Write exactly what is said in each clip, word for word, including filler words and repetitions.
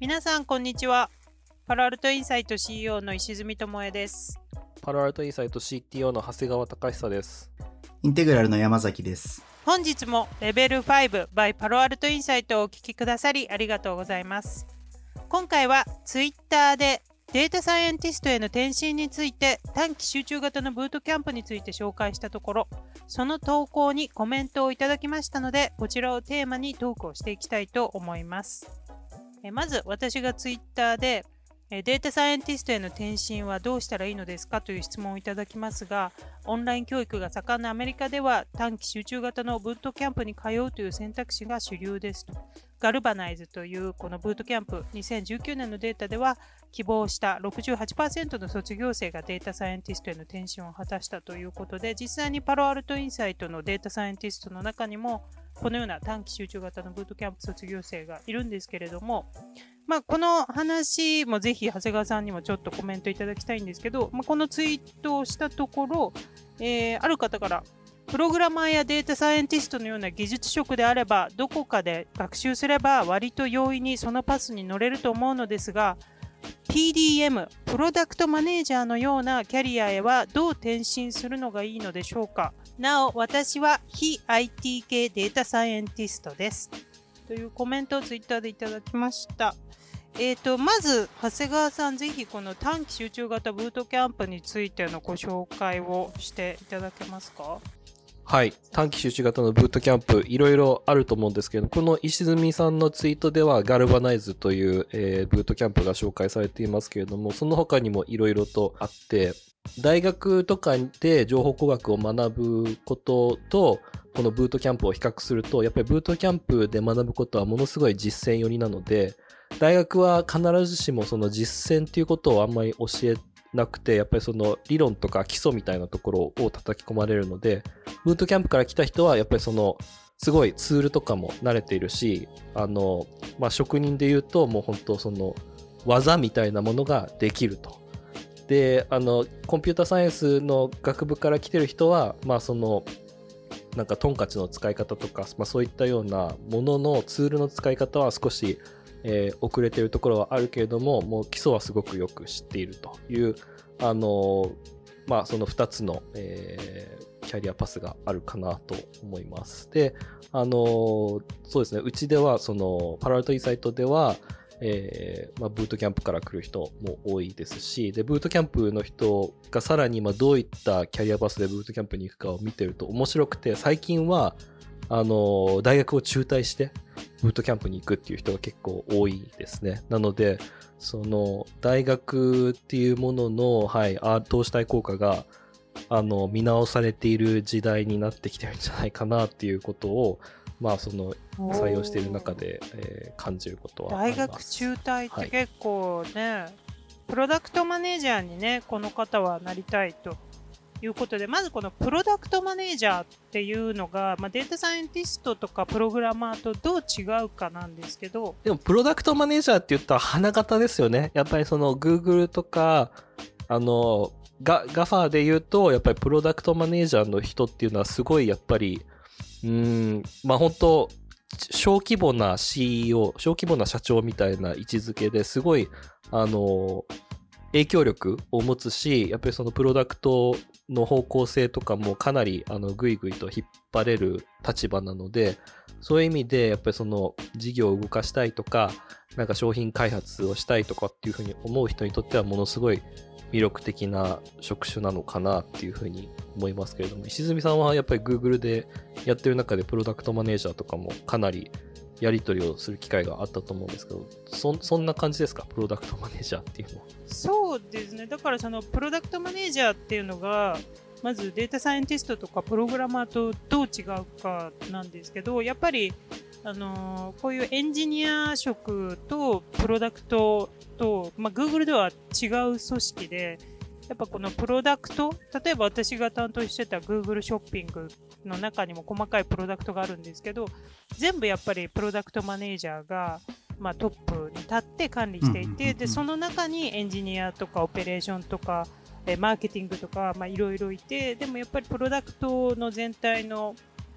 皆さんこんにちは。パロアルトインサイト シーイーオー の石積智恵です。 パロアルトインサイト シーティーオー の長谷川隆久です。 インテグラルの山崎です。 本日もレベルファイブ by パロアルトインサイトをお聞きくださりありがとうございます。今回は Twitter でデータサイエンティストへの転身について短期集中型のブートキャンプについて紹介したところ、その投稿にコメントをいただきましたので、こちらをテーマにトークをしていきたいと思います。えまず私が Twitter でデータサイエンティストへの転身はどうしたらいいのですかという質問をいただきますが、オンライン教育が盛んなアメリカでは短期集中型のブートキャンプに通うという選択肢が主流ですと。ガルバナイズというこのブートキャンプにせんじゅうきゅうねんのデータでは、希望した ろくじゅうはちパーセント の卒業生がデータサイエンティストへの転身を果たしたということで、実際にパロアルトインサイトのデータサイエンティストの中にもこのような短期集中型のブートキャンプ卒業生がいるんですけれども、まあ、この話もぜひ長谷川さんにもちょっとコメントいただきたいんですけど、まあ、このツイートをしたところ、えー、ある方からプログラマーやデータサイエンティストのような技術職であればどこかで学習すれば割と容易にそのパスに乗れると思うのですが、 ピーディーエム プロダクトマネージャーのようなキャリアへはどう転身するのがいいのでしょうか。なお私は非 アイティー 系データサイエンティストですというコメントをツイッターでいただきました。えーと、まず長谷川さん、ぜひこの短期集中型ブートキャンプについてのご紹介をしていただけますか。 はい、短期集中型のブートキャンプいろいろあると思うんですけど、この石積さんのツイートではガルバナイズという、えー、ブートキャンプが紹介されていますけれども、その他にもいろいろとあって、大学とかで情報工学を学ぶこととこのブートキャンプを比較すると、やっぱりブートキャンプで学ぶことはものすごい実践寄りなので、大学は必ずしもその実践っていうことをあんまり教えなくて、やっぱりその理論とか基礎みたいなところを叩き込まれるので、ブートキャンプから来た人はやっぱりそのすごいツールとかも慣れているし、あの、まあ、職人で言うともう本当その技みたいなものができると。で、あのコンピューターサイエンスの学部から来てる人は、まあそのなんかトンカチの使い方とか、まあ、そういったようなもののツールの使い方は少しえー、遅れているところはあるけれども、もう基礎はすごくよく知っているという、あのー、まあそのふたつの、えー、キャリアパスがあるかなと思います。で、あのー、そうですね、うちではそのパラアルトインサイトでは、えーまあ、ブートキャンプから来る人も多いですし、でブートキャンプの人がさらにまあどういったキャリアパスでブートキャンプに行くかを見てると面白くて、最近はあの大学を中退してブートキャンプに行くっていう人が結構多いですね。なのでその大学っていうものの、はい、投資対効果があの見直されている時代になってきてるんじゃないかなっていうことを、まあその採用している中で、えー、感じることはあります。 大学中退って結構ね、はい、プロダクトマネージャーにねこの方はなりたいということで、まずこのプロダクトマネージャーっていうのが、まあ、データサイエンティストとかプログラマーとどう違うかなんですけど、 でもプロダクトマネージャーって言ったら花形ですよね。やっぱりその Google とかあのガ, ガファーで言うと、やっぱりプロダクトマネージャーの人っていうのはすごいやっぱりうーんまあ本当小規模な シーイーオー 小規模な社長みたいな位置づけですごいあの影響力を持つし、やっぱりそのプロダクトの方向性とかもかなりあのグイグイと引っ張れる立場なので、そういう意味でやっぱりその事業を動かしたいとか、なんか商品開発をしたいとかっていうふうに思う人にとってはものすごい魅力的な職種なのかなっていうふうに思いますけれども、石積さんはやっぱり Google でやってる中でプロダクトマネージャーとかもかなりやり取りをする機会があったと思うんですけど、 そ, そんな感じですか、プロダクトマネージャーっていうのは。 そうですね、だからそのプロダクトマネージャーっていうのがまずデータサイエンティストとかプログラマーとどう違うかなんですけど、やっぱりあのー、こういうエンジニア職とプロダクトと、まあ、Google では違う組織で、やっぱこのプロダクト、例えば私が担当してた Google ショッピングの中にも細かいプロダクトがあるんですけど、全部やっぱりプロダクトマネージャーが、まあ、トップに立って管理していて、でその中にエンジニアとかオペレーションとかマーケティングとかいろいろいて、でもやっぱりプロダクトの全体の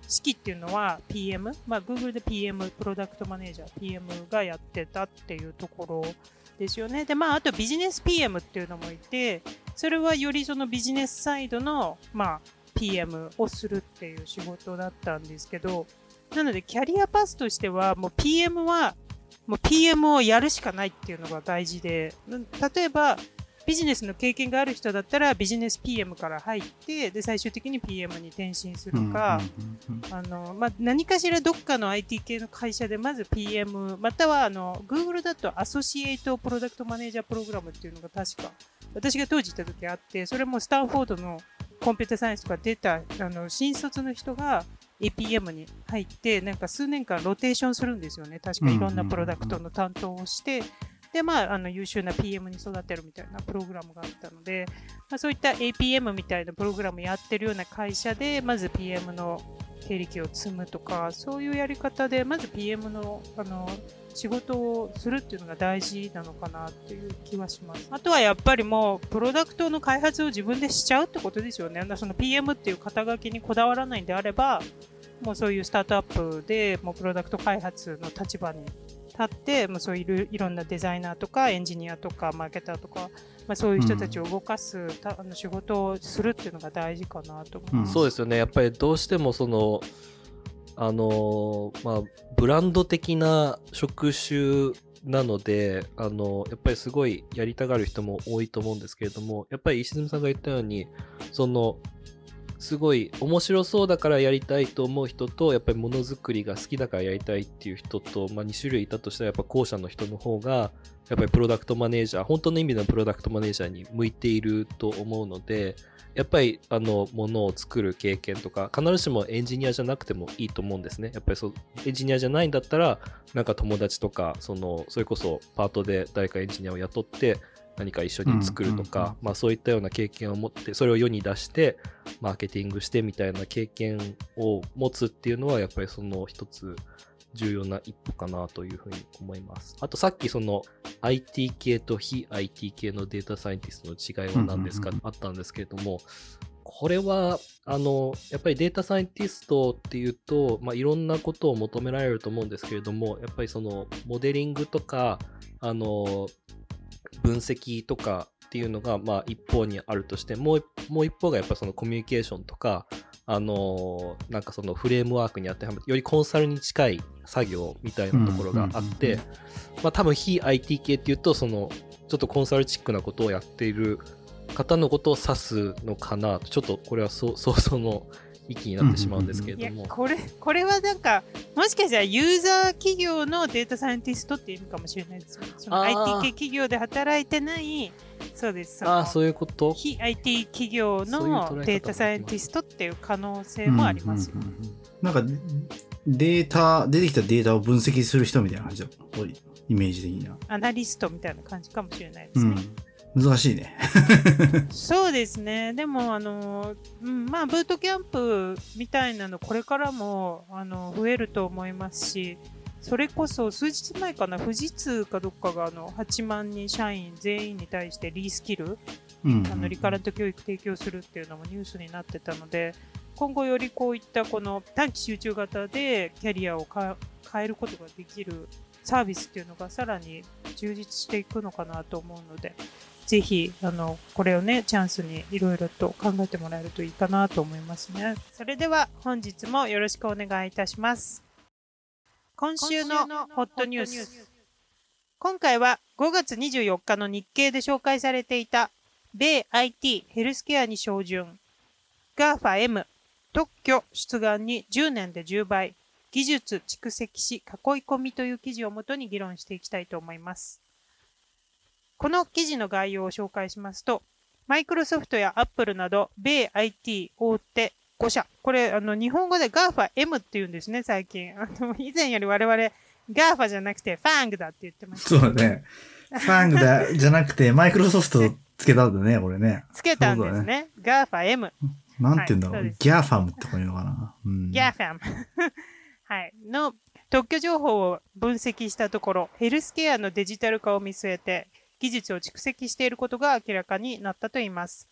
指揮っていうのは ピーエム、まあ、Google で ピーエム、プロダクトマネージャー、ピーエム がやってたっていうところですよね。で、まあ、あとビジネス ピーエム っていうのもいて、それはよりそのビジネスサイドの、まあ、ピーエム をするっていう仕事だったんですけど、なのでキャリアパスとしてはもう ピーエム はもう ピーエム をやるしかないっていうのが大事で、例えばビジネスの経験がある人だったらビジネス ピーエム から入ってで最終的に ピーエム に転身するか、あのまあ、何かしらどっかの アイティー 系の会社でまず ピーエム またはあの Google だとアソシエイトプロダクトマネージャープログラムっていうのが確か私が当時行った時あって、それもスタンフォードのコンピューターサイエンスとか出たあの新卒の人が エーピーエム に入ってなんか数年間ローテーションするんですよね。確かいろんなプロダクトの担当をしてで、まあ、あの優秀な ピーエム に育てるみたいなプログラムがあったので、まあ、そういった エーピーエム みたいなプログラムやってるような会社でまず ピーエム の経歴を積むとかそういうやり方でまず ピーエム の、あの仕事をするっていうのが大事なのかなっていう気はします。あとはやっぱりもうプロダクトの開発を自分でしちゃうってことですよね。その ピーエム っていう肩書きにこだわらないんであればもうそういうスタートアップでもうプロダクト開発の立場に立ってもうそういういろんなデザイナーとかエンジニアとかマーケターとか、まあ、そういう人たちを動かす、うん、あの仕事をするっていうのが大事かなと思います、うん、 そうですよね。やっぱりどうしてもそのあのー、まあブランド的な職種なので、あのー、やっぱりすごいやりたがる人も多いと思うんですけれども、やっぱり石積さんが言ったようにそのすごい面白そうだからやりたいと思う人とやっぱりものづくりが好きだからやりたいっていう人と、まあ、に種類いたとしたらやっぱ後者の人の方がやっぱりプロダクトマネージャー本当の意味でのプロダクトマネージャーに向いていると思うので、やっぱりあのものを作る経験とか必ずしもエンジニアじゃなくてもいいと思うんですね。やっぱりそうエンジニアじゃないんだったらなんか友達とかそのそれこそパートで誰かエンジニアを雇って何か一緒に作るとか、うんうんうんまあ、そういったような経験を持ってそれを世に出してマーケティングしてみたいな経験を持つっていうのはやっぱりその一つ重要な一歩かなというふうに思います。あとさっきその アイティー 系と非 アイティー 系のデータサイエンティストの違いは何ですか、うんうんうん、あったんですけれども、これはあのやっぱりデータサイエンティストっていうと、まあ、いろんなことを求められると思うんですけれども、やっぱりそのモデリングとかあの分析とかっていうのがまあ一方にあるとしてもう、もう一方がやっぱそのコミュニケーションとかあのー、なんかそのフレームワークに当てはめてよりコンサルに近い作業みたいなところがあって、うんうんうんまあ、多分非 アイティー 系っていうとそのちょっとコンサルチックなことをやっている方のことを指すのかなとちょっとこれは想像の域になってしまうんですけれども、うんうんうん、 いやこれこれはなんかもしかしたらユーザー企業のデータサイエンティストっていう意味かもしれないですよね。その アイティー 系企業で働いてないそうですああそういうこと非 アイティー 企業のデータサイエンティストっていう可能性もありますよ、うんうんうん、 なんかデータ出てきたデータを分析する人みたいな感じだイメージ的にはアナリストみたいな感じかもしれないですね、 うん、難しいねそうですね。でもあの、うん、まあブートキャンプみたいなのこれからもあの増えると思いますし、それこそ数日前かな富士通かどっかがあのはちまんにん社員全員に対してリースキル、うんうん、あのリカレント教育提供するっていうのもニュースになってたので、今後よりこういったこの短期集中型でキャリアを変えることができるサービスっていうのがさらに充実していくのかなと思うので、ぜひあのこれをねチャンスにいろいろと考えてもらえるといいかなと思いますね。それでは本日もよろしくお願いいたします。今週のホットニュース、今回はごがつにじゅうよっかの日経で紹介されていた米 アイティー ヘルスケアに照準 ガーファ M 特許出願にじゅうねんでじゅうばい技術蓄積し囲い込みという記事をもとに議論していきたいと思います。この記事の概要を紹介しますと、マイクロソフトやアップルなど米 アイティー 大手ごしゃ、これあの日本語で ガーファ M って言うんですね、最近。あの以前より我々 ガーファ じゃなくてファングだって言ってました。 そうだね。ファングだじゃなくてマイクロソフトつけたんだね、これね。 つけたんですね。ねガーファ M。 なんて言うんだろう。はい、ギャーファムとか言うのかな。 うん、ギャーファム。はい。の特許情報を分析したところ、ヘルスケアのデジタル化を見据えて、技術を蓄積していることが明らかになったといいます。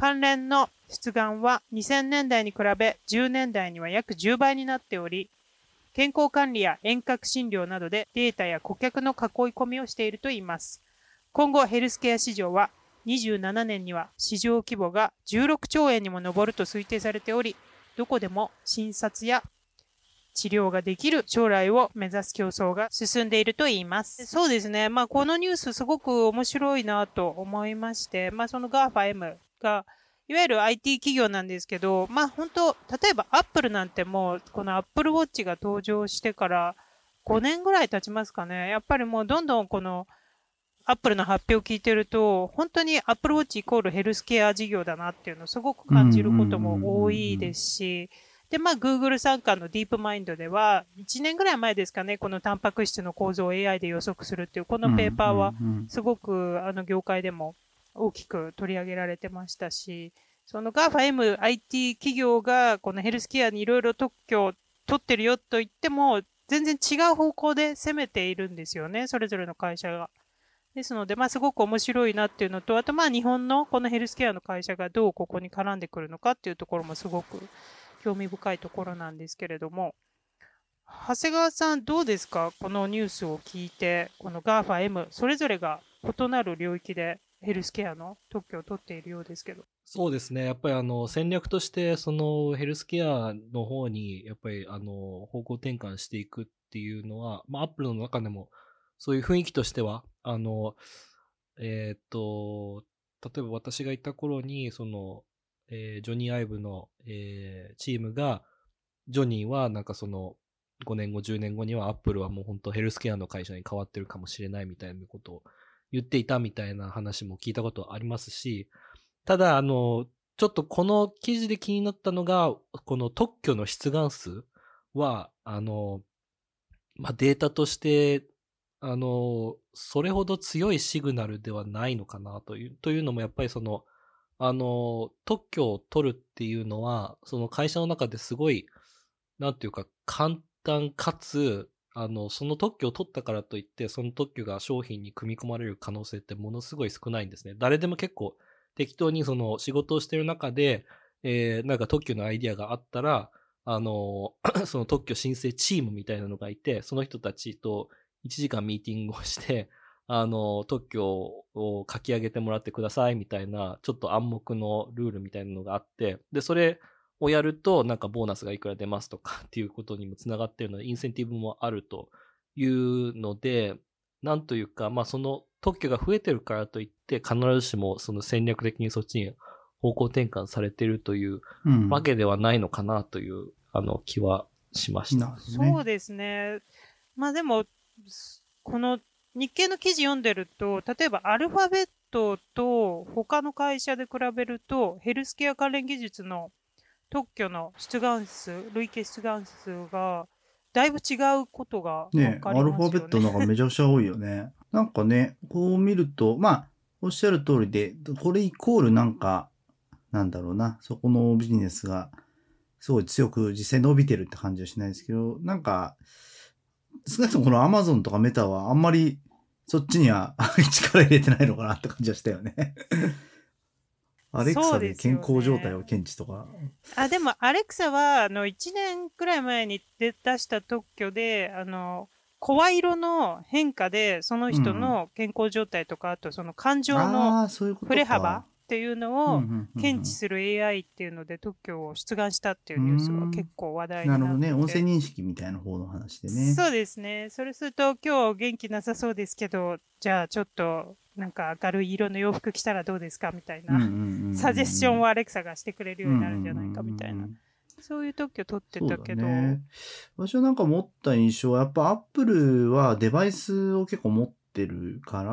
関連の出願はにせんねんだいに比べじゅうねんだいには約じゅうばいになっており、健康管理や遠隔診療などでデータや顧客の囲い込みをしているといいます。今後ヘルスケア市場はにじゅうななねんには市場規模がじゅうろくちょうえんにも上ると推定されており、どこでも診察や治療ができる将来を目指す競争が進んでいると言います。そうですね。まあ、このニュースすごく面白いなと思いまして、まあ、その ガーファ M が、いわゆる アイティー 企業なんですけど、まあ、本当、例えば Apple なんてもう、この Apple Watch が登場してからごねんぐらい経ちますかね。やっぱりもうどんどんこの、アップルの発表を聞いてると、本当に Apple Watch イコールヘルスケア事業だなっていうのをすごく感じることも多いですし、で、まあ、Google 参加のディープマインドでは、いちねんぐらい前ですかね、このタンパク質の構造を エーアイ で予測するっていう、このペーパーは、すごく、あの、業界でも大きく取り上げられてましたし、その ガーファ M、アイティー 企業が、このヘルスケアにいろいろ特許を取ってるよと言っても、全然違う方向で攻めているんですよね、それぞれの会社が。ですので、まあ、すごく面白いなっていうのと、あと、まあ、日本のこのヘルスケアの会社がどうここに絡んでくるのかっていうところもすごく興味深いところなんですけれども、長谷川さんどうですか、このニュースを聞いて、この ガーファ M、それぞれが異なる領域でヘルスケアの特許を取っているようですけど。 そうですね。やっぱりあの戦略として、そのヘルスケアの方に、やっぱりあの方向転換していくっていうのは、まあ、アップルの中でも、そういう雰囲気としては、あの、えっと、例えば私がいた頃に、その、えー、ジョニー・アイブの、えー、チームが、ジョニーはなんかそのごねんご、じゅうねんごにはアップルはもう本当ヘルスケアの会社に変わってるかもしれないみたいなことを言っていたみたいな話も聞いたことありますし、ただあの、ちょっとこの記事で気になったのが、この特許の出願数は、あの、まあ、データとして、あの、それほど強いシグナルではないのかなという、というのもやっぱりその、あの、特許を取るっていうのは、その会社の中ですごい、なんていうか、簡単かつ、あの、その特許を取ったからといって、その特許が商品に組み込まれる可能性ってものすごい少ないんですね。誰でも結構適当にその仕事をしている中で、えー、なんか特許のアイディアがあったら、あの、その特許申請チームみたいなのがいて、その人たちといちじかんミーティングをして、あの、特許を書き上げてもらってくださいみたいな、ちょっと暗黙のルールみたいなのがあって、で、それをやると、なんかボーナスがいくら出ますとかっていうことにもつながっているので、インセンティブもあるというので、なんというか、まあその特許が増えてるからといって、必ずしもその戦略的にそっちに方向転換されているというわけではないのかなという、うん、あの気はしました。 そうですね。まあでも、この日経の記事読んでると、例えばアルファベットと他の会社で比べると、ヘルスケア関連技術の特許の出願数、累計出願数がだいぶ違うことが分かりますよね。ね、 アルファベットなんかめちゃくちゃ多いよね。なんかね、こう見ると、まあ、おっしゃる通りで、これイコールなんか、なんだろうな、そこのビジネスがすごい強く実際伸びてるって感じはしないですけど、なんか、少なくともこの Amazon とかメタはあんまりそっちには力入れてないのかなって感じはしたよね。アレクサで健康状態を検知とか。 あ、でもアレクサはあのいちねんくらい前に出した特許で、あの声色の変化でその人の健康状態とか、うん、あとその感情の振れ幅っていうのを検知する エーアイ っていうので特許を出願したっていうニュースが結構話題になってて、 なるほどね、音声認識みたいな方の話でね。 そうですね。それすると今日元気なさそうですけど、じゃあちょっとなんか明るい色の洋服着たらどうですかみたいなサジェスションをアレクサがしてくれるようになるんじゃないかみたいな、そういう特許取ってたけど、ね、 私はなんか持った印象はやっぱアップルはデバイスを結構持ってるから、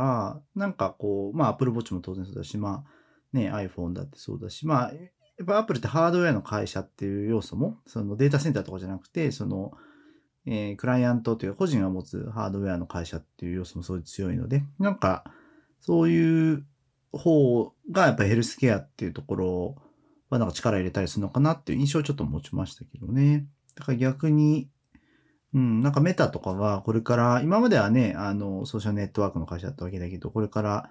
なんかこうまあ Apple Watch も当然そうだし、まあね iPhone だってそうだし、まあやっぱアップルってハードウェアの会社っていう要素も、そのデータセンターとかじゃなくて、そのえー、クライアントというか個人が持つハードウェアの会社っていう要素もすごい強いので、なんかそういう方がやっぱりヘルスケアっていうところはなんか力入れたりするのかなっていう印象をちょっと持ちましたけどね。だから逆に、うん、なんかメタとかがこれから、今まではね、あの、ソーシャルネットワークの会社だったわけだけど、これから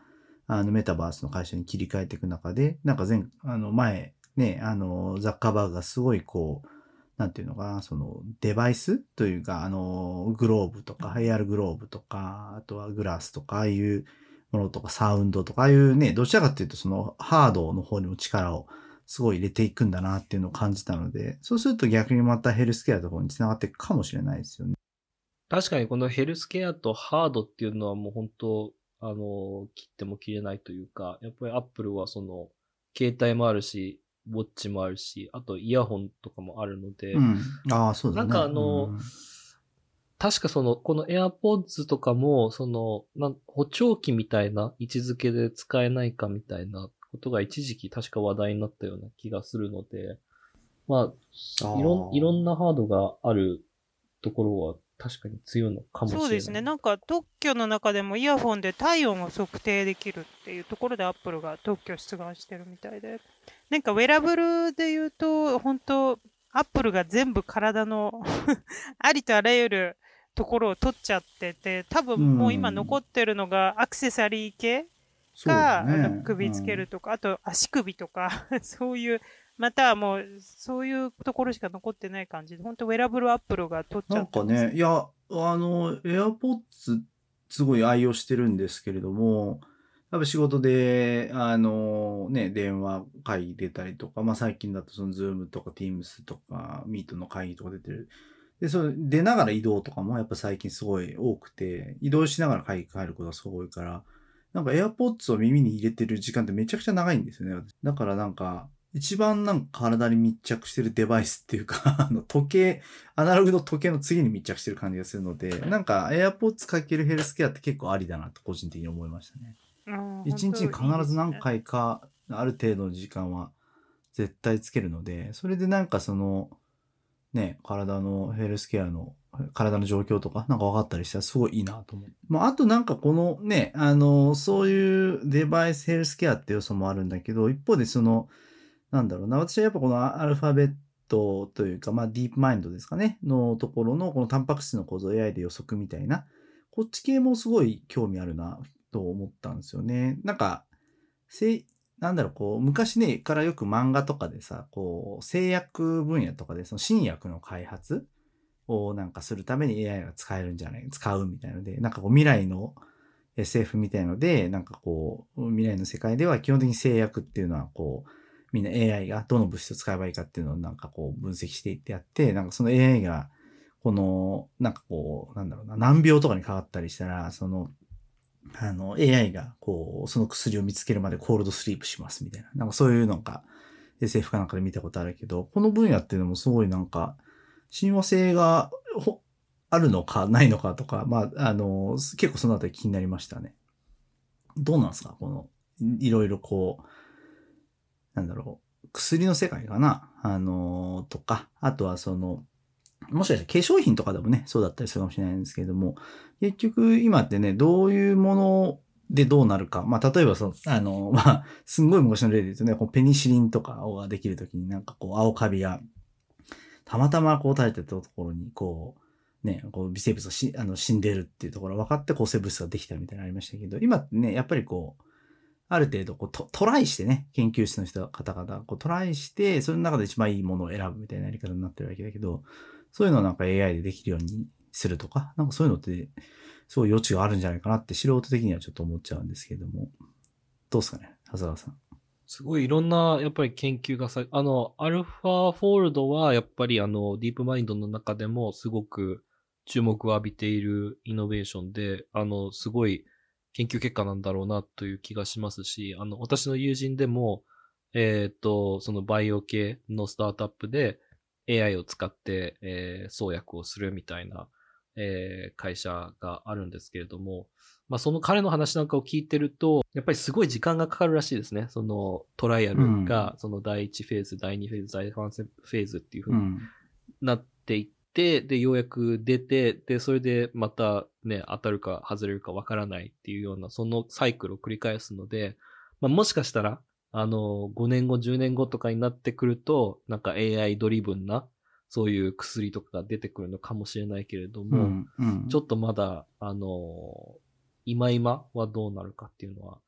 あの、メタバースの会社に切り替えていく中で、なんか前、あの、前、ね、あの、ザッカーバーグがすごいこう、なんていうのかな、その、デバイスというか、あの、グローブとか、エーアール グローブとか、あとはグラスとか、ああいうものとか、サウンドとか、ああいうね、どちらかっていうと、その、ハードの方にも力をすごい入れていくんだなっていうのを感じたので、そうすると逆にまたヘルスケアとかに繋がっていくかもしれないですよね。 確かにこのヘルスケアとハードっていうのはもう本当、あの、切っても切れないというか、やっぱりアップルはその、携帯もあるし、ウォッチもあるし、あとイヤホンとかもあるので、 うん。ああ、そうだね。 なんかあの、 うん、 確かその、この AirPods とかも、その、なん補聴器みたいな位置づけで使えないかみたいなことが一時期確か話題になったような気がするので、まあ、いろん、いろんなハードがあるところは確かに強いのかもしれない。 そうですね。なんか特許の中でもイヤホンで体温を測定できるっていうところでアップルが特許出願してるみたいで。なんかウェラブルで言うと、本当アップルが全部体のありとあらゆるところを取っちゃってて、多分もう今残ってるのがアクセサリー系が、ね、あの首つけるとか、うん、あと足首とかそういう、またはもうそういうところしか残ってない感じで、本当ウェラブルアップルが取っちゃってます。 なんかね、いや、あの、AirPods すごい愛用してるんですけれども、多分仕事で、あの、ね、電話会議出たりとか、まあ最近だとその Zoom とか Teams とか Meet の会議とか出てる。で、それ出ながら移動とかもやっぱ最近すごい多くて、移動しながら会議帰ることがすごい多いから、なんか AirPods を耳に入れてる時間ってめちゃくちゃ長いんですよね。だからなんか、一番なんか体に密着してるデバイスっていうか、あの時計、アナログの時計の次に密着してる感じがするので、なんか AirPods かけるヘルスケアって結構ありだなと個人的に思いましたね。一日に必ず何回かある程度の時間は絶対つけるので、それでなんかその、ね、体のヘルスケアの、体の状況とかなんか分かったりしたらすごいいいなと思う。まあ、あとなんかこのね、あの、そういうデバイスヘルスケアって要素もあるんだけど、一方でその、なんだろうな、私はやっぱこのアルファベットというか、まあディープマインドですかね、のところのこのタンパク質の構造 エーアイ で予測みたいな、こっち系もすごい興味あるなと思ったんですよね。なんか、せなんだろう、こう、昔ね、からよく漫画とかでさ、こう、製薬分野とかでその新薬の開発をなんかするために エーアイ が使えるんじゃない、使うみたいので、なんかこう未来の エスエフ みたいので、なんかこう、未来の世界では基本的に製薬っていうのはこう、みんな エーアイ がどの物質を使えばいいかっていうのをなんかこう分析していってやって、なんかその エーアイ が、この、なんかこう、なんだろうな、難病とかにかかったりしたら、その、あの、エーアイ が、こう、その薬を見つけるまでコールドスリープしますみたいな。なんかそういうのが エスエフ かなんかで見たことあるけど、この分野っていうのもすごいなんか、親和性があるのかないのかとか、まあ、あの、結構そのあたり気になりましたね。どうなんですかこの、いろいろこう、なんだろう、薬の世界かなあの、とか、あとはその、もしかしたら化粧品とかでもね、そうだったりするかもしれないんですけれども、結局今ってね、どういうものでどうなるか。まあ、例えばその、あの、まあ、すんごい昔の例で言うとね、こうペニシリンとかができるときになんかこう、青カビが、たまたまこう垂れてたところに、こう、ね、こう微生物がしあの死んでるっていうところが分かって抗生物質ができたみたいなのありましたけど、今ってね、やっぱりこう、ある程度こうト、トライしてね、研究室の人、方々、こうトライして、その中で一番いいものを選ぶみたいなやり方になってるわけだけど、そういうのをなんか エーアイ でできるようにするとか、なんかそういうのって、すごい余地があるんじゃないかなって素人的にはちょっと思っちゃうんですけども。どうですかね、長谷川さん。 すごいいろんな、やっぱり研究がさ、あの、アルファフォールドは、やっぱりあの、ディープマインドの中でもすごく注目を浴びているイノベーションで、あの、すごい研究結果なんだろうなという気がしますし、あの、私の友人でも、えっと、そのバイオ系のスタートアップで エーアイ を使って、えー、創薬をするみたいな、えー、会社があるんですけれども、まあその彼の話なんかを聞いてると、やっぱりすごい時間がかかるらしいですね。そのトライアルが、その第一フェーズ、だいにフェーズ、だいさんフェーズっていう風になっていって、で、ようやく出て、で、それでまたね、当たるか外れるかわからないっていうような、そのサイクルを繰り返すので、まあもしかしたら、あの、ごねんご、じゅうねんごとかになってくると、なんか エーアイ ドリブンな、そういう薬とかが出てくるのかもしれないけれども、 うんうん、 ちょっとまだ、あの、今今はどうなるかっていうのは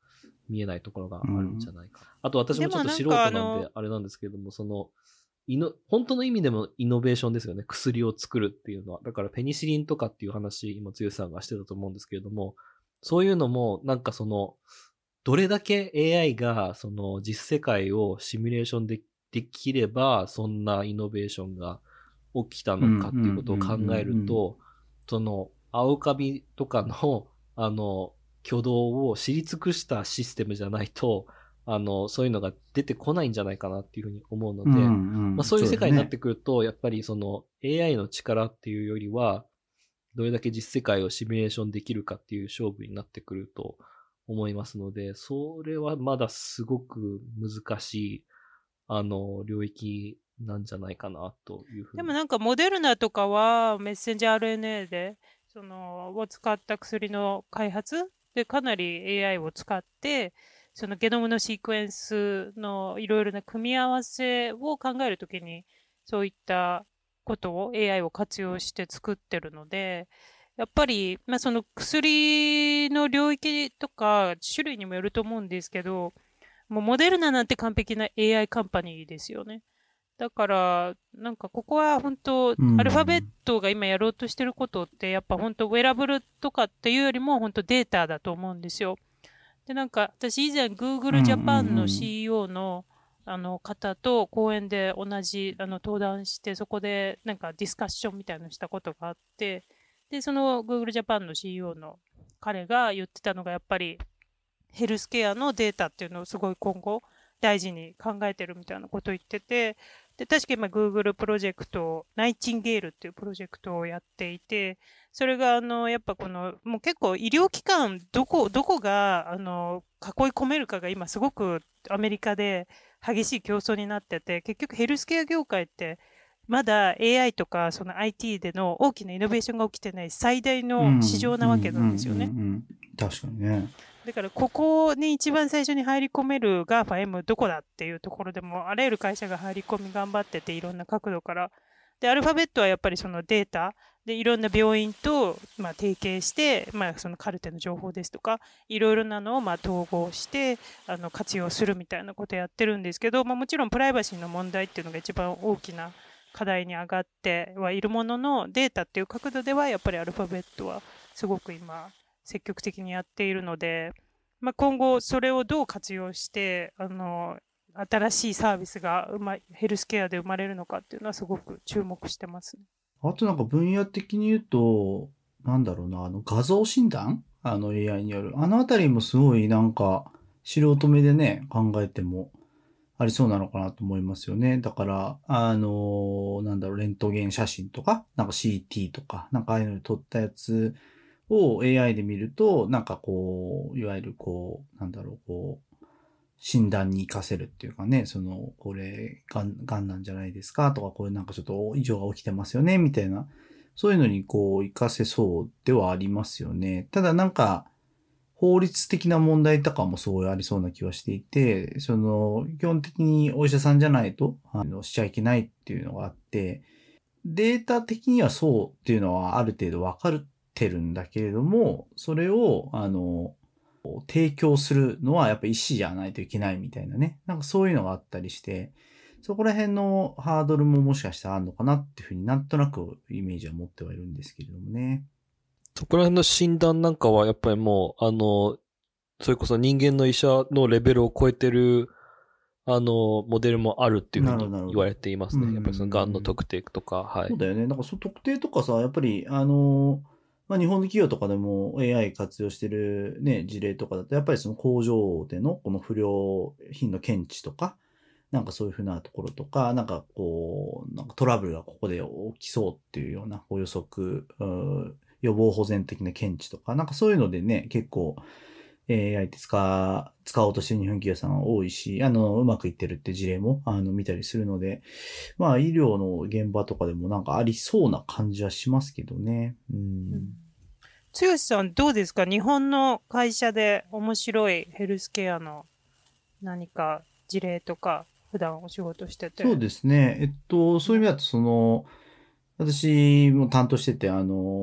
見えないところがあるんじゃないか。うん、あと私もちょっと素人なんであれなんですけれども、そのイノ本当の意味でもイノベーションですよね。薬を作るっていうのは。だからペニシリンとかっていう話、今剛さんがしてたと思うんですけれども、そういうのもなんかそのどれだけ エーアイ がその実世界をシミュレーションでできればそんなイノベーションが起きたのかっていうことを考えると、その青カビとかのあの挙動を知り尽くしたシステムじゃないと、あのそういうのが出てこないんじゃないかなっていうふうに思うので、うんうん、まあ、そういう世界になってくると、ね、やっぱりその エーアイ の力っていうよりはどれだけ実世界をシミュレーションできるかっていう勝負になってくると思いますので、それはまだすごく難しいあの領域なんじゃないかなというふうに。 でもなんかモデルナとかはメッセンジャー アールエヌエー でそのを使った薬の開発でかなり エーアイ を使ってそのゲノムのシークエンスのいろいろな組み合わせを考えるときにそういったことを エーアイ を活用して作ってるので、やっぱり、まあ、その薬の領域とか種類にもよると思うんですけど、もうモデルナなんて完璧な エーアイ カンパニーですよね。だからなんかここは本当、うん、アルファベットが今やろうとしてることってやっぱ本当ウェラブルとかっていうよりも本当データだと思うんですよ。でなんか私以前 Google Japan の シーイーオー のあの方と講演で同じあの登壇してそこでなんかディスカッションみたいなのしたことがあって、でその Google Japan の シーイーオー の彼が言ってたのがやっぱりヘルスケアのデータっていうのをすごい今後大事に考えてるみたいなことを言ってて、で確か今 Google プロジェクトナイチンゲールっていうプロジェクトをやっていて、それがあのやっぱこのもう結構医療機関どこどこがあの囲い込めるかが今すごくアメリカで激しい競争になってて、結局ヘルスケア業界ってまだ エーアイ とかその アイティー での大きなイノベーションが起きてない最大の市場なわけなんですよね。 確かにね。 だからここに一番最初に入り込める ガーファ M どこだっていうところでもあらゆる会社が入り込み頑張ってて、いろんな角度からでアルファベットはやっぱりそのデータでいろんな病院とまあ提携して、まあ、そのカルテの情報ですとかいろいろなのをまあ統合してあの活用するみたいなことをやってるんですけど、まあ、もちろんプライバシーの問題っていうのが一番大きな課題に上がってはいるものの、データっていう角度ではやっぱりアルファベットはすごく今積極的にやっているので、まあ、今後それをどう活用してあの新しいサービスがうまヘルスケアで生まれるのかっていうのはすごく注目してますね。 あとなんか分野的に言うとなんだろうな、あの画像診断あの エーアイ によるあのあたりもすごいなんか素人目でね考えてもありそうなのかなと思いますよね。だから、あの、なんだろう、レントゲン写真とか、なんか シーティー とか、なんかああいうので撮ったやつを エーアイ で見ると、なんかこう、いわゆるこう、なんだろう、こう、診断に活かせるっていうかね、その、これ、がん、がんなんじゃないですかとか、これなんかちょっと異常が起きてますよね、みたいな、そういうのにこう、活かせそうではありますよね。ただなんか、法律的な問題とかもすごいありそうな気はしていて、その、基本的にお医者さんじゃないと、あの、しちゃいけないっていうのがあって、データ的にはそうっていうのはある程度分かってるんだけれども、それを、あの、提供するのはやっぱ医師じゃないといけないみたいなね。なんかそういうのがあったりして、そこら辺のハードルももしかしたらあるのかなっていうふうになんとなくイメージは持ってはいるんですけれどもね。 そこら辺の診断なんかはやっぱりもう、あの、それこそ人間の医者のレベルを超えてる、あの、モデルもあるっていうふうに言われていますね。やっぱりそのがんの特定とか、はい。 そうだよね。なんかその特定とかさ、やっぱり、あの、まあ、日本の企業とかでも エーアイ 活用してるね、事例とかだと、やっぱりその工場でのこの不良品の検知とか、なんかそういうふうなところとか、なんかこう、なんかトラブルがここで起きそうっていうようなこう予測、予防保全的な検知とか、なんかそういうのでね、結構 エーアイ って使、使おうとしてる日本企業さんは多いし、あの、うまくいってるって事例も、あの、見たりするので、まあ、医療の現場とかでもなんかありそうな感じはしますけどね。うん。 剛さん、どうですか？日本の会社で面白いヘルスケアの何か事例とか、普段お仕事してて。 そうですね。えっと、そういう意味だと、その、私も担当してて、あの、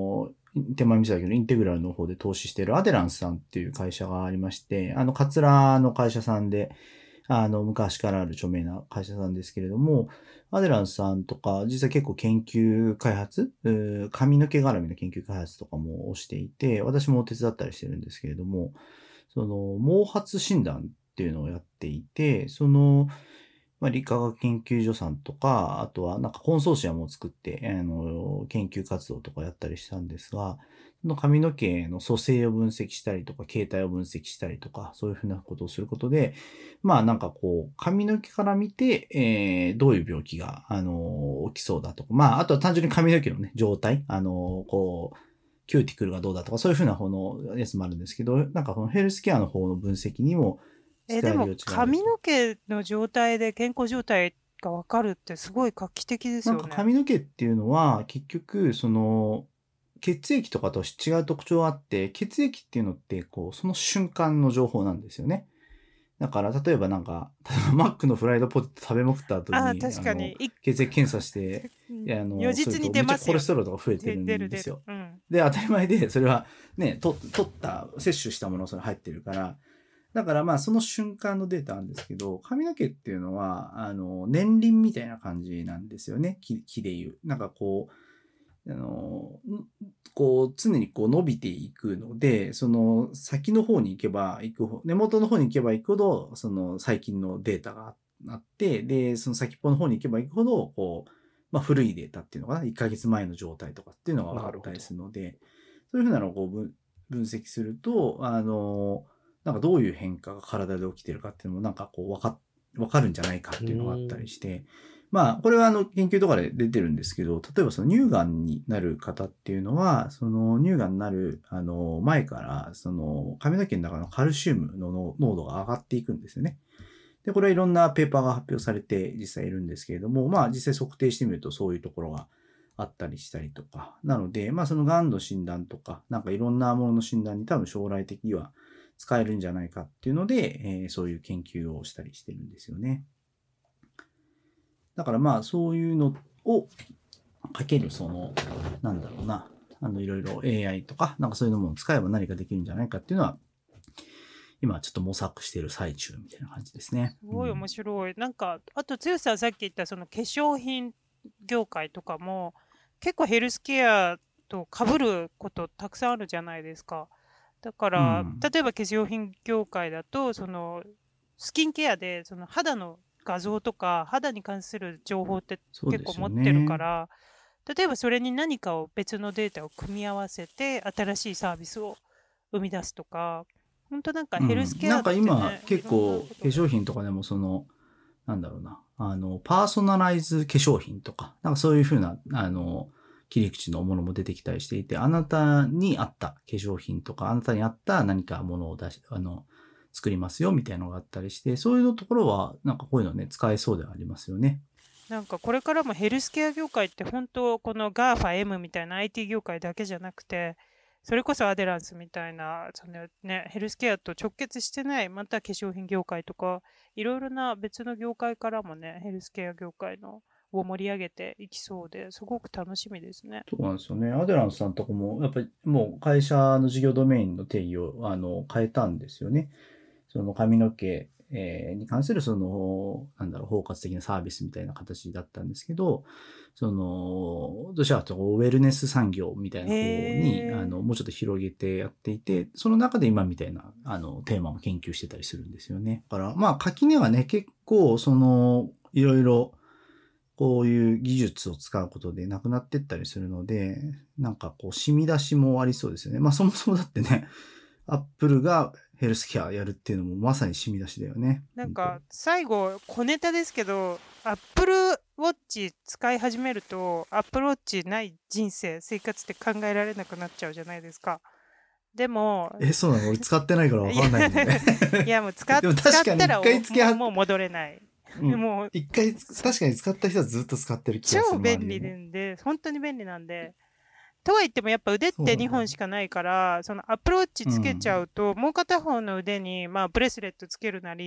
手前見せたけど、インテグラルの方で投資しているアデランスさんっていう会社がありまして、あの、カツラの会社さんで、あの、昔からある著名な会社さんですけれども、アデランスさんとか、実は結構研究開発、髪の毛絡みの研究開発とかもしていて、私も手伝ったりしてるんですけれども、その、毛髪診断っていうのをやっていて、その、まあ、理化学研究所さんとか、あとはなんかコンソーシアムを作って、あの、研究活動とかやったりしたんですが、その髪の毛の組成を分析したりとか、形態を分析したりとか、そういうふうなことをすることで、まあなんかこう、髪の毛から見て、えー、どういう病気が、あの、起きそうだとか、まああとは単純に髪の毛のね、状態、あの、こう、キューティクルがどうだとか、そういうふうな方のやつもあるんですけど、なんかこのヘルスケアの方の分析にも使ええ、でもる余地がある髪と。 の毛の状態で健康状態がわかるってすごい画期的ですなんかよね。 髪の毛っていうのは、結局、その、血液とかと違う特徴があって、血液っていうのって、こう、その瞬間の情報なんですよね。だから、例えばなんか、例えばマックのフライドポテト食べまくった後ああ、 に、あの、 確かに。い血液検査して、 うんいやあの、 如実に出するとめっちゃますよね。 コレステロールとか増えてでる出る出る。 んですよ。 うん。 で、当たり前で、それはね、と取った、摂取したものそれ入ってるから、だからまあその瞬間のデータなんですけど、髪の毛っていうのは、あの、年輪みたいな感じなんですよね。木木でいう。なんかこう、あの、こう常にこう伸びていくので、その先の方に行けば行くほど、根元の方に行けば行くほど、その最近のデータがあって、で、その先っぽの方に行けば行くほど、こう、まあ古いデータっていうのかな、いっかげつまえの状態とかっていうのが分かったりするので、そういうふうなのをこう分分析すると、あの、なんかどういう変化が体で起きてるかっていうのもなんかこう分か分かるんじゃないかっていうのがあったりして、まあ、これはあの研究とかで出てるんですけど、例えばその乳がんになる方っていうのは、その乳がんになるあの前から、その髪の毛の中のカルシウムの濃度が上がっていくんですよね。で、これはいろんなペーパーが発表されて実際いるんですけれども、まあ実際測定してみるとそういうところがあったりしたりとか。なので、まあそのがんの診断とか、なんかいろんなものの診断に多分将来的には使えるんじゃないかっていうので、えー、そういう研究をしたりしてるんですよね。だからまあそういうのをかけるその、なんだろうな、あのいろいろ エーアイ とか、なんかそういうのも使えば何かできるんじゃないかっていうのは、今ちょっと模索している最中みたいな感じですね。 すごい面白い。うん、なんか、あと、剛さんさっき言ったその化粧品業界とかも、結構ヘルスケアと被ることたくさんあるじゃないですか。だから、うん、例えば化粧品業界だと、そのスキンケアでその肌の画像とか肌に関する情報って結構持ってるから、ね、例えばそれに何かを別のデータを組み合わせて新しいサービスを生み出すとか、本当なんかヘルスケアってね、うん、なんか今結構化粧品とかでもそのなんだろうなあのパーソナライズ化粧品とかなんかそういう風なあの切り口のものも出てきたりしていて、あなたに合った化粧品とかあなたに合った何かものを出しあの作りますよみたいなのがあったりして、そういうところはなんかこういうのね使えそうではありますよね。 なんかこれからもヘルスケア業界って本当この ガーファ M みたいな アイティー 業界だけじゃなくて、それこそアデランスみたいなその、ね、ヘルスケアと直結してないまた化粧品業界とかいろいろな別の業界からもねヘルスケア業界のを盛り上げていきそうですごく楽しみですね。 そうなんですよね。アデランスさんとかもやっぱりもう会社の事業ドメインの定義をあの変えたんですよね。その髪の毛えー、に関するその、なんだろう、包括的なサービスみたいな形だったんですけど、その、どうしたらウェルネス産業みたいな方に、あの、もうちょっと広げてやっていて、その中で今みたいな、あの、テーマを研究してたりするんですよね。だから、まあ、垣根はね、結構、その、いろいろ、こういう技術を使うことでなくなっていったりするので、なんかこう、染み出しもありそうですよね。まあ、そもそもだってね、アップルがヘルスケアやるっていうのもまさに染み出しだよね。 なんか最後小ネタですけど、アップルウォッチ使い始めるとアップルウォッチない人生生活って考えられなくなっちゃうじゃないですか。でもえそうなの、俺使ってないから分かんないんだよね。 いやもう使っ、使ったらもう戻れない。 うん、もう一回確かに使った人はずっと使ってる気がする。 超便利なんで本当に便利なんで。とはいってもやっぱ腕ってにほんしかないから、そのアプローチつけちゃうと、うん、もう片方の腕に、まあ、ブレスレットつけるなり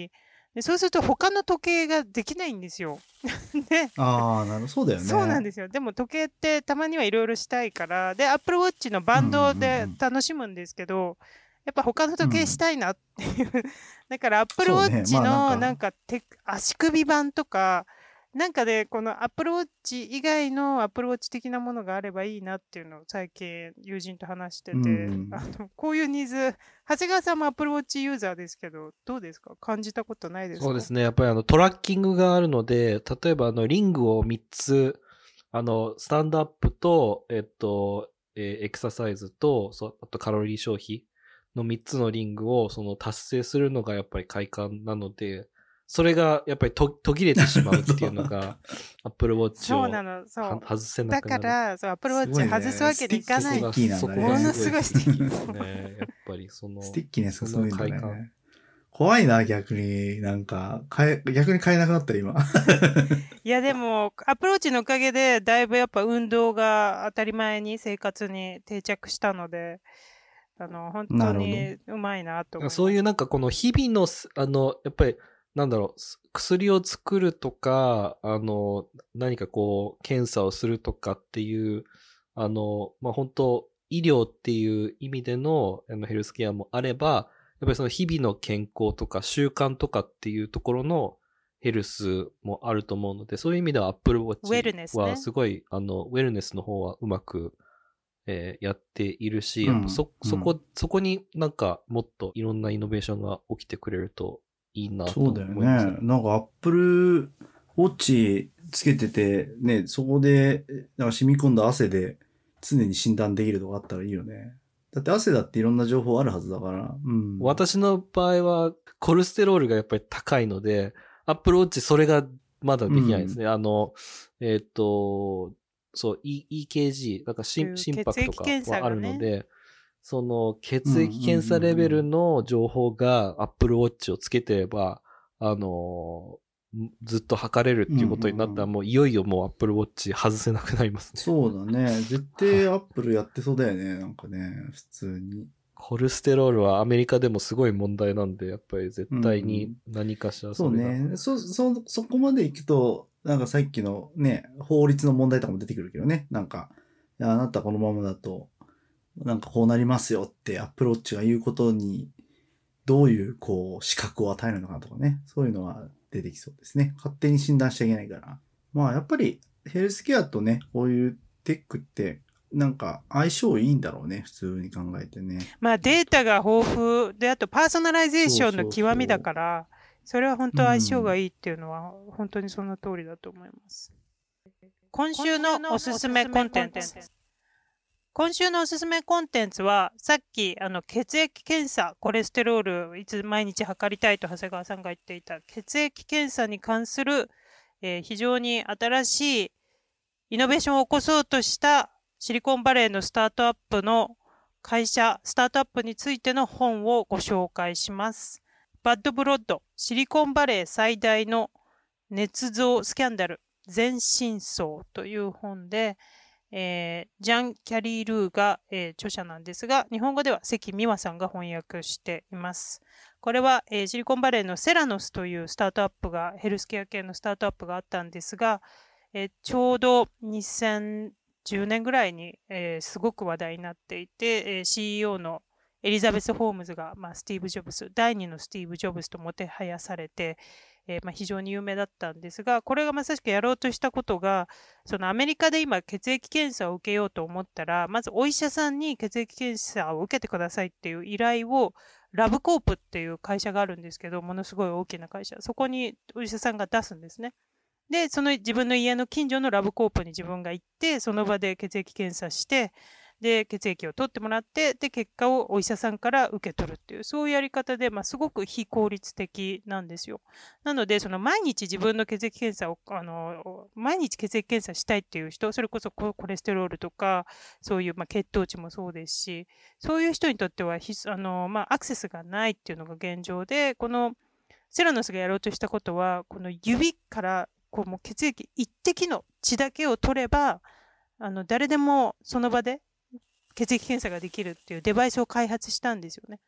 でそうすると他の時計ができないんですよ。でああ、なるほど。そうだよね。 そうなんですよ。でも時計ってたまにはいろいろしたいから、で、Apple Watch のバンドで楽しむんですけど、やっぱ他の時計したいなっていう。だから Apple そうね Watch まあのなんかなんか手足首版とか、なんかでこの Apple Watch 以外の Apple Watch 的なものがあればいいなっていうのを最近友人と話してて、 うんあのこういうニーズ、長谷川さんも Apple Watch ユーザーですけど、どうですか？感じたことないですか？ そうですね。やっぱりあのトラッキングがあるので、例えばあのリングをみっつ、あの、スタンドアップと、えっと、えーエクササイズと、そうあとカロリー消費のみっつのリングをその達成するのがやっぱり快感なので、それがやっぱりと途切れてしまうっていうのが、Apple Watch をそうなの、そうは。外せなだくなる。 から、そう、Apple すごい Watch ね外すわけにいかない。 スティッキーなんだねそこがものすごいすごいスティッキーですね。やっぱりその、 スティッキーネスがすごいんだその快感ね。怖いな、逆に。なんか、買え、逆に買えなくなった、今。 いや、でも、アプローチのおかげで、だいぶやっぱ運動が当たり前に生活に定着したので、あの、本当なるにうまいなと思います。 そういうなんかこの日々のす、あの、やっぱり、なんだろう、す薬を作るとか、あの、何かこう、検査をするとかっていう、あの、まあ、本当医療っていう意味でのあのヘルスケアもあれば、やっぱりその日々の健康とか習慣とかっていうところのヘルスもあると思うので、そういう意味では Apple ウェルネス Watch ねはすごい、あの、ウェルネスの方はうまく、えーやっているし、 うんやっぱそ、そこ、 うんそこになんかもっといろんなイノベーションが起きてくれるといいなとそうだよ思いますね。なんか、アップルウォッチつけてて、ね、そこで、なんか染み込んだ汗で常に診断できるとかあったらいいよね。だって汗だっていろんな情報あるはずだから。うん。 私の場合はコレステロールがやっぱり高いので、Apple Watch それがまだできないですね。あの、えっ、と、そう、E- イーケージー、だから心心拍と血液か検査がねはあるので、その血液検査レベルの情報が Apple Watch をつけてれば、あのずっと測れるっていうことになったら、もういよいよもう Apple Watch 外せなくなりますね。 そうだね。絶対アップルやってそうだよね。なんかね、普通に。 コレステロールはアメリカでもすごい問題なんで、やっぱり絶対に何かしらそうれがね。そ、そ、そこまで行くと、なんかさっきのね、法律の問題とかも出てくるけどね。なんか、いやあなたこのままだと、なんかこうなりますよってアップルウォッチが言うことに、どういうこう資格を与えるのかとかね。そういうのは出てきそうですね。勝手に診断しちゃいけないから。まあやっぱりヘルスケアとね、こういうテックってなんか相性いいんだろうね。普通に考えてね。 まあデータが豊富で、あとパーソナライゼーションの極みだから、それは本当相性がいいっていうのは本当にその通りだと思います。今週のおすすめコンテンツ。今週のおすすめコンテンツは、さっきあの血液検査、コレステロールいつ毎日測りたいと長谷川さんが言っていた血液検査に関する、えー非常に新しいイノベーションを起こそうとしたシリコンバレーのスタートアップの会社、スタートアップについての本をご紹介します。バッドブロッド、シリコンバレー最大の捏造スキャンダル、全真相という本で、えージャン・キャリー・ルーが、えー著者なんですが、日本語では関美和さんが翻訳しています。これは、えーシリコンバレーのセラノスというスタートアップが、ヘルスケア系のスタートアップがあったんですが、えーちょうどにせんじゅうねんぐらいに、えーすごく話題になっていて、えー シーイーオー のエリザベス・ホームズが、まあ、スティーブ・ジョブズ、第二のスティーブ・ジョブズともてはやされて、えーまあ、非常に有名だったんですが、これがまさしくやろうとしたことが、そのアメリカで今血液検査を受けようと思ったら、まずお医者さんに血液検査を受けてくださいっていう依頼を、ラブコープっていう会社があるんですけど、ものすごい大きな会社、そこにお医者さんが出すんですね。で、その自分の家の近所のラブコープに自分が行って、その場で血液検査して、で、血液を取ってもらって、で、結果をお医者さんから受け取るっていう、そういうやり方で、まあ、すごく非効率的なんですよ。なので、その毎日自分の血液検査を、あの、毎日血液検査したいっていう人、それこそココレステロールとか、そういう、まあ、血糖値もそうですし、そういう人にとっては、ひあの、まあ、アクセスがないっていうのが現状で、このセラノスがやろうとしたことは、この指からこうもう血液一滴の血だけを取れば、あの誰でもその場で血液検査ができるっていうデバイスを開発したんですよね。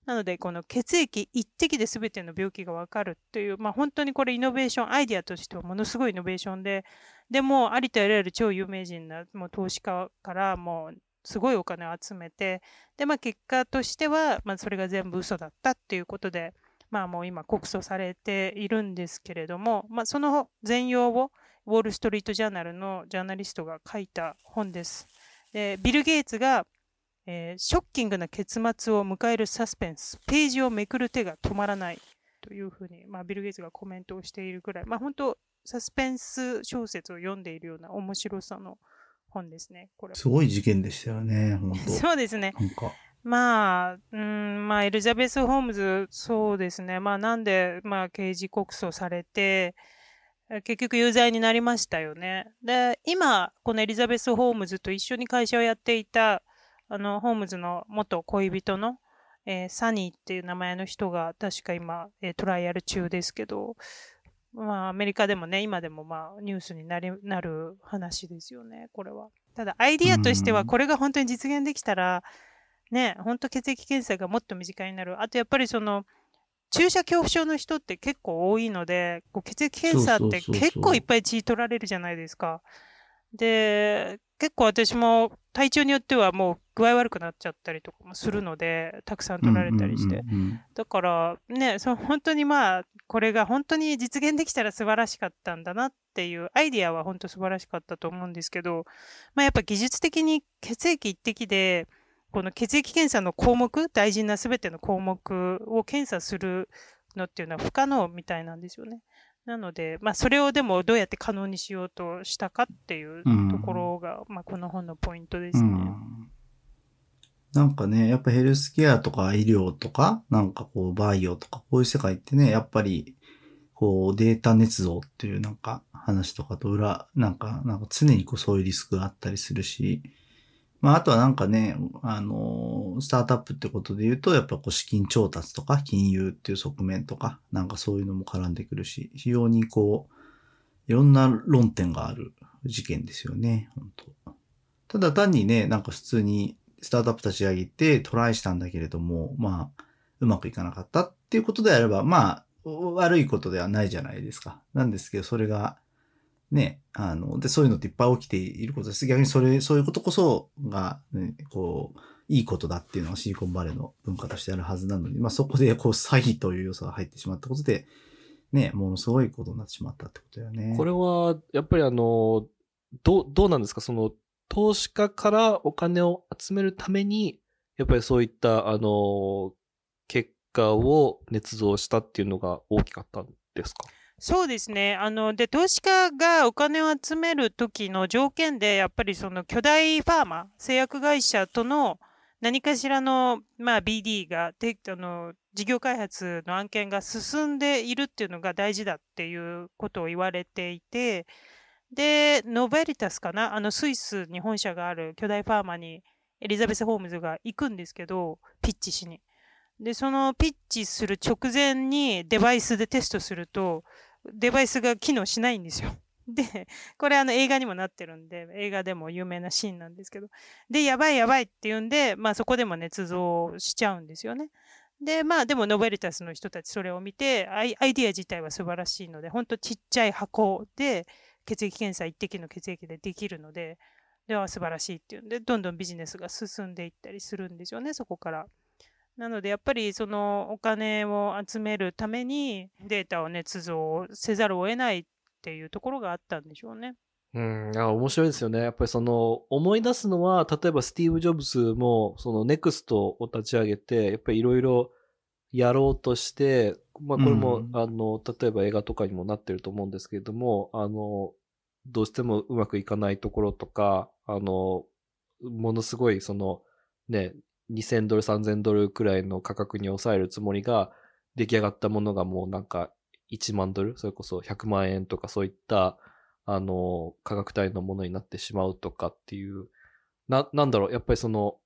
なので、この血液一滴で全ての病気がわかるっていう、まあ本当にこれイノベーション、アイデアとしてはものすごいイノベーションで、でもありとあらゆる超有名人なもう投資家からもうすごいお金を集めて、で、まあ結果としては、まあそれが全部嘘だったっていうことで、まあもう今告訴されているんですけれども、まあその全容をウォール・ストリート・ジャーナルのジャーナリストが書いた本です。で、ビル・ゲイツが、えーショッキングな結末を迎えるサスペンス、ページをめくる手が止まらないというふうに、まあ、ビル・ゲイツがコメントをしているぐらい、まあ本当、サスペンス小説を読んでいるような面白さの本ですね、これ。 すごい事件でしたよね、本当そうですね。 なんか。 まあ、うん、まあ、エリザベス・ホームズ、そうですね。まあ、なんで、まあ、刑事告訴されて、え結局有罪になりましたよね。で、今、このエリザベス・ホームズと一緒に会社をやっていた、あの、ホームズの元恋人の、えーサニーっていう名前の人が、確か今、えートライアル中ですけど、まあ、アメリカでもね、今でもまあ、ニュースになり、なる話ですよね、これは。ただ、アイディアとしては、 うんこれが本当に実現できたら、ね、本当血液検査がもっと身近になる。あとやっぱりその注射恐怖症の人って結構多いので、こう血液検査ってそうそうそうそう結構いっぱい血取られるじゃないですか。で、結構私も体調によってはもう具合悪くなっちゃったりとかもするので、たくさん取られたりして。 うんうんうんうんだからね、その本当にまあ、これが本当に実現できたら素晴らしかったんだなっていうアイディアは本当素晴らしかったと思うんですけど、まあやっぱ技術的に血液一滴で、この血液検査の項目、大事なすべての項目を検査するのっていうのは不可能みたいなんですよね。なので、まあそれをでもどうやって可能にしようとしたかっていうところが、まあこの本のポイントですね。 うんなんかね、やっぱヘルスケアとか医療とか、なんかこうバイオとか、こういう世界ってね、やっぱり、こうデータ捏造っていうなんか話とかと裏、なんか、なんか常にこうそういうリスクがあったりするし、まああとはなんかね、あの、スタートアップってことで言うと、やっぱこう資金調達とか金融っていう側面とか、なんかそういうのも絡んでくるし、非常にこう、いろんな論点がある事件ですよね、本当ただ単にね、なんか普通にスタートアップ立ち上げてトライしたんだけれども、まあ、うまくいかなかったっていうことであれば、まあ、悪いことではないじゃないですか。なんですけど、それが、ね、あの、で、そういうのっていっぱい起きていることです。逆にそれ、そういうことこそが、ね、こう、いいことだっていうのがシリコンバレーの文化としてあるはずなのに、まあそこでこう詐欺という要素が入ってしまったことで、ね、ものすごいことになってしまったってことだよね。 これは、やっぱりあの、どう、どうなんですかその、投資家からお金を集めるために、やっぱりそういった、あの、結果を捏造したっていうのが大きかったんですか？ そうですね。あの、で、投資家がお金を集める時の条件で、やっぱりその巨大ファーマ、製薬会社との何かしらの、まあ、ビーディー が、で、あの、事業開発の案件が進んでいるっていうのが大事だっていうことを言われていて、で、ノベリタスかなあの、スイスに本社がある巨大ファーマにエリザベス・ホームズが行くんですけど、ピッチしに。で、そのピッチする直前にデバイスでテストすると、デバイスが機能しないんですよ。で、これあの映画にもなってるんで、映画でも有名なシーンなんですけど、で、やばいやばいって言うんで、まあそこでも捏造しちゃうんですよね。で、まあでもノベリタスの人たちそれを見て、アイアイディア自体は素晴らしいので、ほんとちっちゃい箱で血液検査一滴の血液でできるので、では素晴らしいっていうんで、どんどんビジネスが進んでいったりするんですよね、そこから。なのでやっぱりそのお金を集めるためにデータを捏造せざるを得ないっていうところがあったんでしょうね。 うん、あ、面白いですよね。やっぱりその、思い出すのは、例えばスティーブ・ジョブズも、そのネクストを立ち上げて、やっぱりいろいろやろうとして、まあこれも、 うんあの、例えば映画とかにもなってると思うんですけれども、あの、どうしてもうまくいかないところとか、あの、ものすごいその、ね、にせんドル、さんぜんドルくらいの価格に抑えるつもりが、出来上がったものがもうなんかいちまんドル、それこそひゃくまんえんとかそういった、あの、価格帯のものになってしまうとかっていう、な、なんだろう、やっぱりその、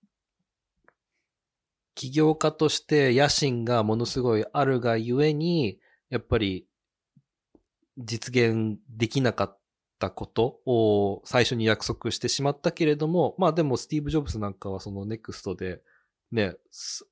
起業家として野心がものすごいあるがゆえに、やっぱり実現できなかったことを最初に約束してしまったけれども、まあでもスティーブ・ジョブズなんかはそのネクストでね、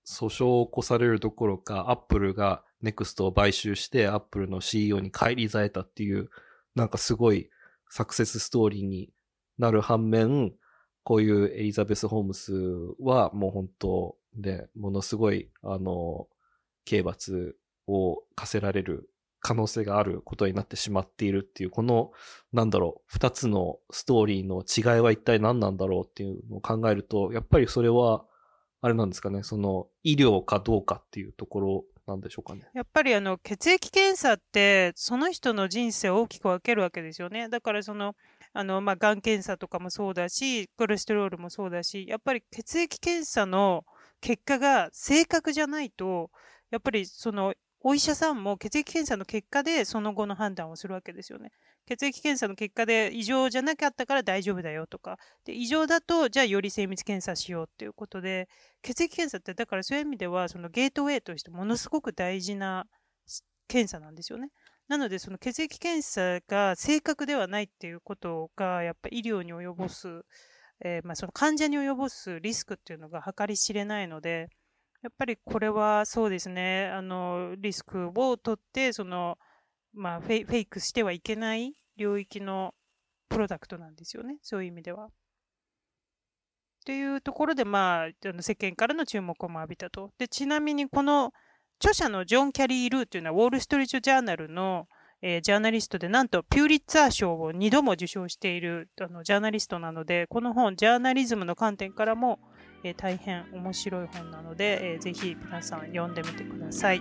訴訟を起こされるどころか、アップルがネクストを買収して、アップルの シーイーオー に返り咲いたっていう、なんかすごいサクセスストーリーになる反面、こういうエリザベス・ホームスはもう本当で、ものすごい、あの、刑罰を課せられる可能性があることになってしまっているっていう、この、なんだろう、二つのストーリーの違いは一体何なんだろうっていうのを考えると、やっぱりそれは、あれなんですかね、その医療かどうかっていうところなんでしょうかね。 やっぱりあの血液検査ってその人の人生を大きく分けるわけですよね。だからそのあのまあがん検査とかもそうだし、コレステロールもそうだし、やっぱり血液検査の結果が正確じゃないと、やっぱりそのお医者さんも血液検査の結果でその後の判断をするわけですよね。血液検査の結果で異常じゃなかったから大丈夫だよとか、で異常だとじゃあより精密検査しようっていうことで、血液検査ってだからそういう意味ではそのゲートウェイとしてものすごく大事な検査なんですよね。なのでその血液検査が正確ではないっていうことがやっぱ医療に及ぼす、えーまあ、その患者に及ぼすリスクっていうのが計り知れないので、やっぱりこれはそうですね、あのリスクを取ってその、まあ、フェイ、フェイクしてはいけない領域のプロダクトなんですよね、そういう意味では。というところで、まあ、あの世間からの注目を浴びたと。でちなみにこの著者のジョン・キャリー・ルーというのはウォール・ストリート・ジャーナルの、えー、ジャーナリストで、なんとピューリッツァー賞をにども受賞しているあのジャーナリストなので、この本ジャーナリズムの観点からもえー、大変面白い本なので、えー、ぜひ皆さん読んでみてください。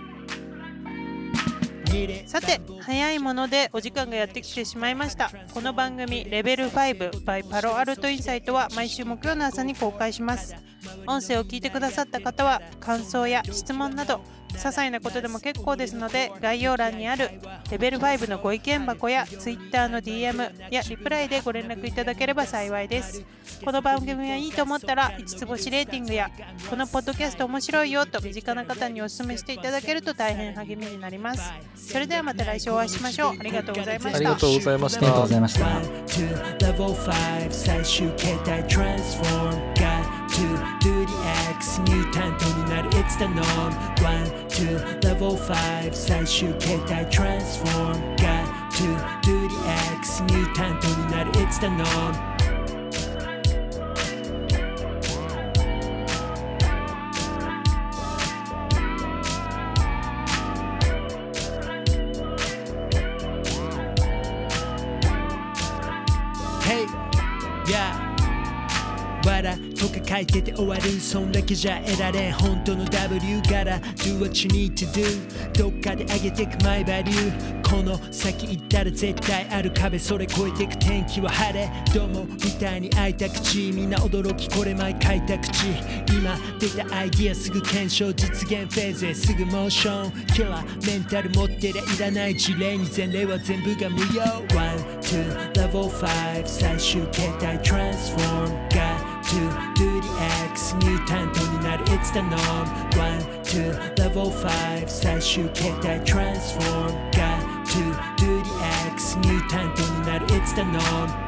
さて、早いものでお時間がやってきてしまいました。この番組レベルファイブ by パロアルトインサイトは毎週木曜の朝に公開します。音声を聞いてくださった方は感想や質問など些細なことでも結構ですので、概要欄にあるレベルファイブのご意見箱や Twitter の ディーエム やリプライでご連絡いただければ幸いです。この番組がいいと思ったらいつつ星レーティングやこのポッドキャスト面白いよと身近な方にお勧めしていただけると大変励みになります。それではまた来週お会いしましょう。ありがとうございました。 ありがとうございました。 ありがとうございました。 to do the X ミュータントになる It's the norm one to level five 最終形態 transform got to do the X ミュータントになる It's the norm Hey yeah笑とか書いてて終わるそんだけじゃ得られん本当の W から Do what you need to do どっかで上げてく My value この先行ったら絶対ある壁それ越えてく天気は晴れどうもみたいに開いた口みんな驚きこれ毎開いた口今出たアイディアすぐ検証実現フェーズへすぐモーションキラーメンタル持ってりゃいらない事例に前例は全部が無用 one two level five 最終形態 transform got to do the X ミュータントになる It's the norm one two level five 最終形態 transform got to do the X ミュータントになる It's the norm